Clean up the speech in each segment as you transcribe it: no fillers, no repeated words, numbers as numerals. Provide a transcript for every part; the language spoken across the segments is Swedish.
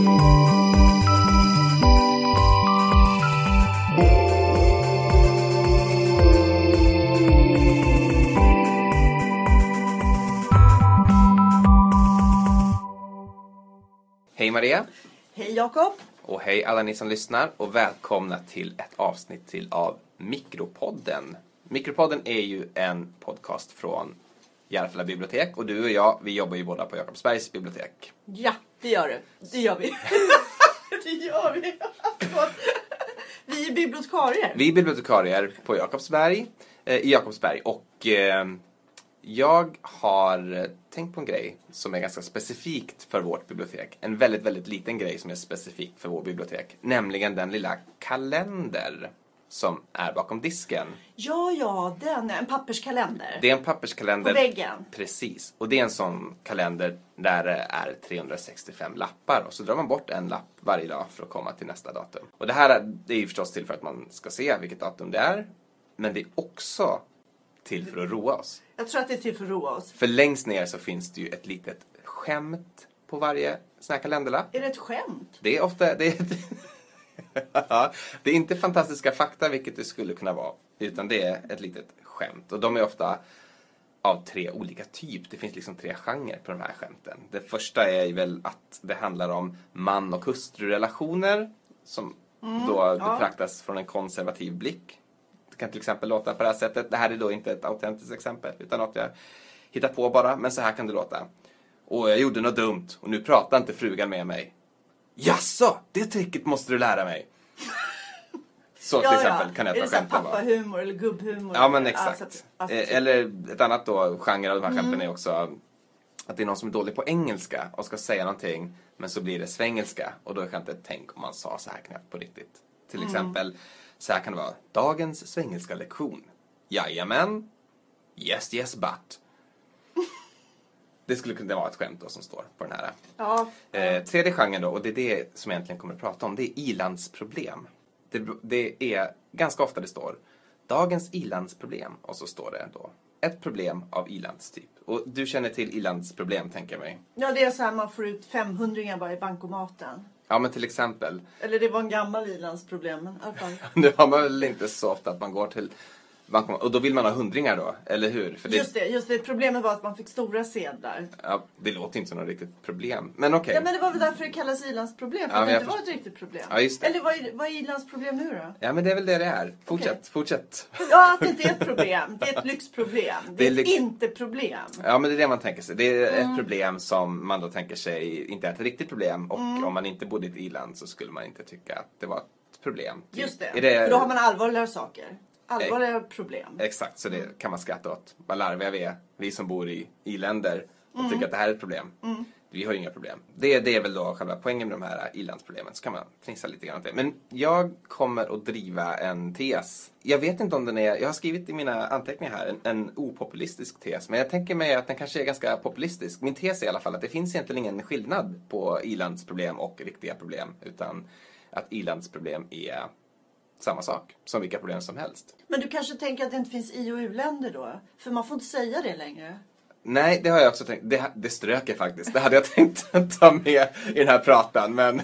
Hej Maria. Hej Jakob. Och hej alla ni som lyssnar och välkomna till ett avsnitt till av Mikropodden. Mikropodden är ju en podcast från Järfälla bibliotek och du och jag, vi jobbar ju båda på Jakobsbergs bibliotek. Ja, det gör du. Det gör vi. Det gör vi. Vi är bibliotekarier. Vi är bibliotekarier på Jakobsberg, i Jakobsberg och jag har tänkt på en grej som är ganska specifikt för vårt bibliotek. En väldigt, väldigt liten grej som är specifikt för vårt bibliotek. Nämligen den lilla kalender som är bakom disken. Ja, den är en papperskalender. Det är en papperskalender. På väggen. Precis. Och det är en sån kalender där det är 365 lappar. Och så drar man bort en lapp varje dag för att komma till nästa datum. Och det här det är ju förstås till för att man ska se vilket datum det är. Men det är också till för att roa oss. Jag tror att det är till för att roa oss. För längst ner så finns det ju ett litet skämt på varje sån här kalenderlapp. Är det ett skämt? Det är ofta... Det är inte fantastiska fakta, vilket det skulle kunna vara. Utan det är ett litet skämt. Och de är ofta av 3 olika typ. Det finns liksom 3 genrer på de här skämten. Det första är väl att det handlar om man- och hustrurelationer. Som då betraktas från en konservativ blick. Det kan till exempel låta på det här sättet. Det här är då inte ett autentiskt exempel utan något jag hittar på bara. Men så här kan det låta. Och jag gjorde något dumt och nu pratar inte frugan med mig. Jaså, det tricket måste du lära mig. Så till exempel kan ett av skämten vara. Är det pappahumor eller gubbhumor? Ja, men exakt. Eller ett annat då, genre av de här skämten är också att det är någon som är dålig på engelska och ska säga någonting, men så blir det svengelska. Och då är skämtet, tänk om man sa så här knäppt på riktigt. Till exempel, så här kan det vara. Dagens svengelska lektion. Jajamän. Yes, but. Det skulle kunna vara ett skämt då som står på den här. Ja. Tredje genren då, och det är det som jag egentligen kommer att prata om, det är ilandsproblem. Det är ganska ofta det står dagens ilandsproblem och så står det då ett problem av ilandstyp. Och du känner till ilandsproblem, tänker jag mig. Ja, det är så här man får ut 500 bara i bankomaten. Ja, men till exempel. Eller det var en gammal ilandsproblem, men i alla fall. Nu har man väl inte så ofta att man går till bankomaten. Och då vill man ha 100 då, eller hur? För Just det. Problemet var att man fick stora sedlar. Ja, det låter inte som något riktigt problem. Men okej. Ja, men det var väl därför det kallas ilandsproblem. För att det inte var ett riktigt problem. Ja, just det. Eller vad är ilandsproblem nu då? Ja, men det är väl det är. Fortsätt. Ja, att det inte är ett problem. Det är ett lyxproblem. Det är ett inte-problem. Ja, men det är det man tänker sig. Det är ett problem som man då tänker sig inte är ett riktigt problem. Och om man inte bodde i ett iland så skulle man inte tycka att det var ett problem. Just det. Det... För då har man allvarligare saker. Allvarliga problem. Exakt, så det kan man skratta åt. Vad larviga vi är. Vi som bor i länder och tycker att det här är ett problem. Vi har ju inga problem. Det är väl då själva poängen med de här ilandsproblemen. Så kan man fnissa lite grann åt det. Men jag kommer att driva en tes. Jag vet inte om den är... Jag har skrivit i mina anteckningar här en opopulistisk tes. Men jag tänker mig att den kanske är ganska populistisk. Min tes är i alla fall att det finns egentligen ingen skillnad på ilandsproblem och riktiga problem. Utan att ilandsproblem är samma sak som vilka problem som helst. Men du kanske tänker att det inte finns i- och u-länder då? För man får inte säga det längre. Nej, det har jag också tänkt. Det strök jag faktiskt. Det hade jag tänkt ta med i den här pratan, men...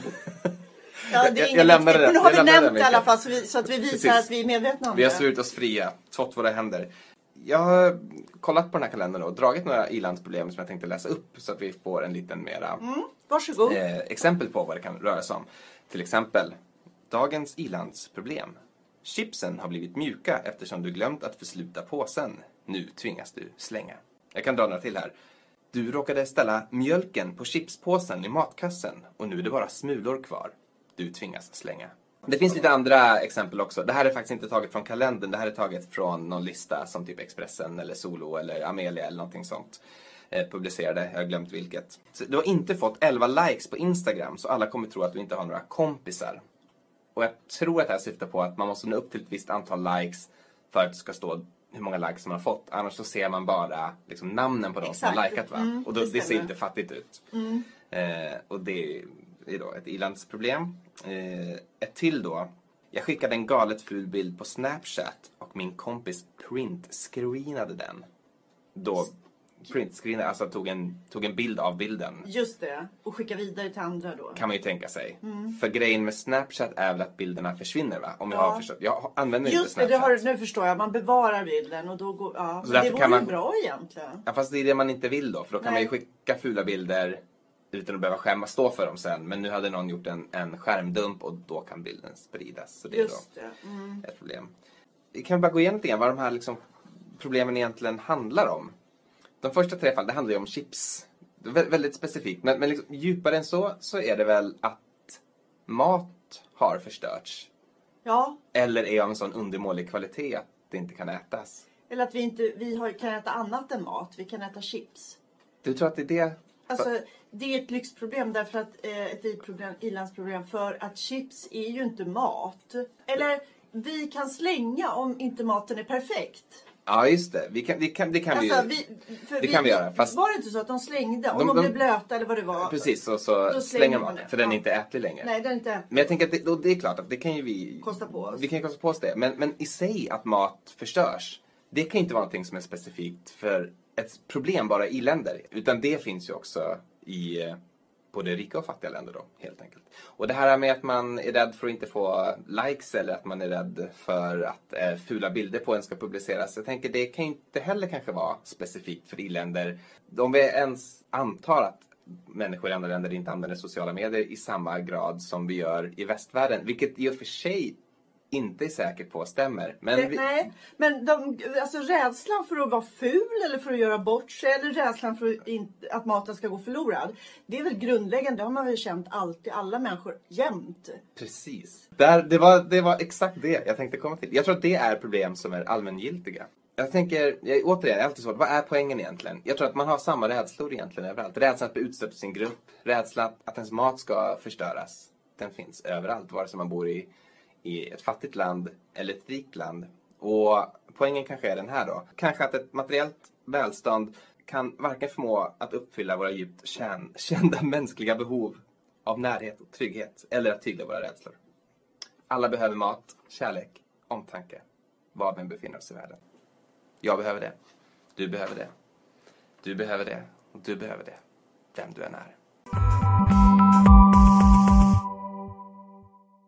Ja, det är jag lämnade det. Men nu har vi nämnt det i alla fall så att vi visar Precis. att vi är medvetna om det. Vi har svurit oss fria, tvått våra händer. Jag har kollat på den här kalendern och dragit några ilandsproblem som jag tänkte läsa upp så att vi får en liten mera Varsågod. exempel på vad det kan röra sig om. Till exempel, dagens ilandsproblem. Chipsen har blivit mjuka eftersom du glömt att försluta påsen. Nu tvingas du slänga. Jag kan dra några till här. Du råkade ställa mjölken på chipspåsen i matkassen och nu är det bara smulor kvar. Du tvingas slänga. Det finns lite andra exempel också. Det här är faktiskt inte taget från kalendern. Det här är taget från någon lista som typ Expressen eller Solo eller Amelia eller någonting sånt publicerade. Jag har glömt vilket. Så du har inte fått 11 likes på Instagram så alla kommer tro att du inte har några kompisar. Och jag tror att det här syftar på att man måste nå upp till ett visst antal likes för att det ska stå hur många likes man har fått. Annars så ser man bara liksom namnen på de som har likat, va? Och då, det ser inte fattigt ut. Och det är då ett ilandsproblem. Ett till då. Jag skickade en galet ful bild på Snapchat och min kompis print-screenade den. Då printscreenar, alltså tog en bild av bilden. Just det, och skicka vidare till andra då. Kan man ju tänka sig. För grejen med Snapchat är väl att bilderna försvinner, va? Om jag har förstått. Jag använder inte Snapchat. Just det, nu förstår jag. Man bevarar bilden och då går... Ja, så men det vore man... bra egentligen. Ja, fast det är det man inte vill då. För då kan man ju skicka fula bilder utan att behöva skämmas stå för dem sen. Men nu hade någon gjort en skärmdump och då kan bilden spridas. Så det är då ett problem. Vi kan bara gå igenom lite grann vad de här liksom problemen egentligen handlar om. De första 3 fallen, det handlar ju om chips. Väldigt specifikt. Men liksom, djupare än så är det väl att mat har förstörts. Ja. Eller är av en sån undermålig kvalitet att det inte kan ätas. Eller att kan äta annat än mat. Vi kan äta chips. Du tror att det är det? Alltså, det är ett lyxproblem därför att ett ilandsproblem för att chips är ju inte mat. Eller vi kan slänga om inte maten är perfekt. Ja, just det. Det kan vi göra. Fast var det inte så att de slängde? Om de blev blöta eller vad det var. Precis, så slänger man det. För den är inte ätlig längre. Nej, den är inte ätlig. Men jag tänker att det är klart att det kan ju vi... kosta på oss. Vi kan kosta på oss det. Men i sig att mat förstörs, det kan inte vara någonting som är specifikt för ett problem bara i länder. Utan det finns ju också i både rika och fattiga länder då, helt enkelt. Och det här med att man är rädd för att inte få likes eller att man är rädd för att fula bilder på en ska publiceras. Jag tänker det kan inte heller kanske vara specifikt för i-länder. Om vi ens antar att människor i andra länder inte använder sociala medier i samma grad som vi gör i västvärlden. Vilket i och för sig inte är säkert på stämmer. Men nej, men alltså rädslan för att vara ful eller för att göra bort sig eller rädslan för att maten ska gå förlorad. Det är väl grundläggande, det har man väl känt alltid, alla människor, jämt. Precis. Det var exakt det jag tänkte komma till. Jag tror att det är problem som är allmängiltiga. Jag tänker, återigen, alltid så, vad är poängen egentligen? Jag tror att man har samma rädslor egentligen överallt. Rädslan att bli utstött i sin grupp, rädslan att ens mat ska förstöras. Den finns överallt, vare sig man bor i ett fattigt land eller ett rikt land. Och poängen kanske är den här då. Kanske att ett materiellt välstånd kan varken förmå att uppfylla våra djupt kända mänskliga behov av närhet och trygghet eller att tygla våra rädslor. Alla behöver mat, kärlek, omtanke, var vi än befinner oss i världen. Jag behöver det. Du behöver det. Du behöver det. Och du behöver det. Vem du än är.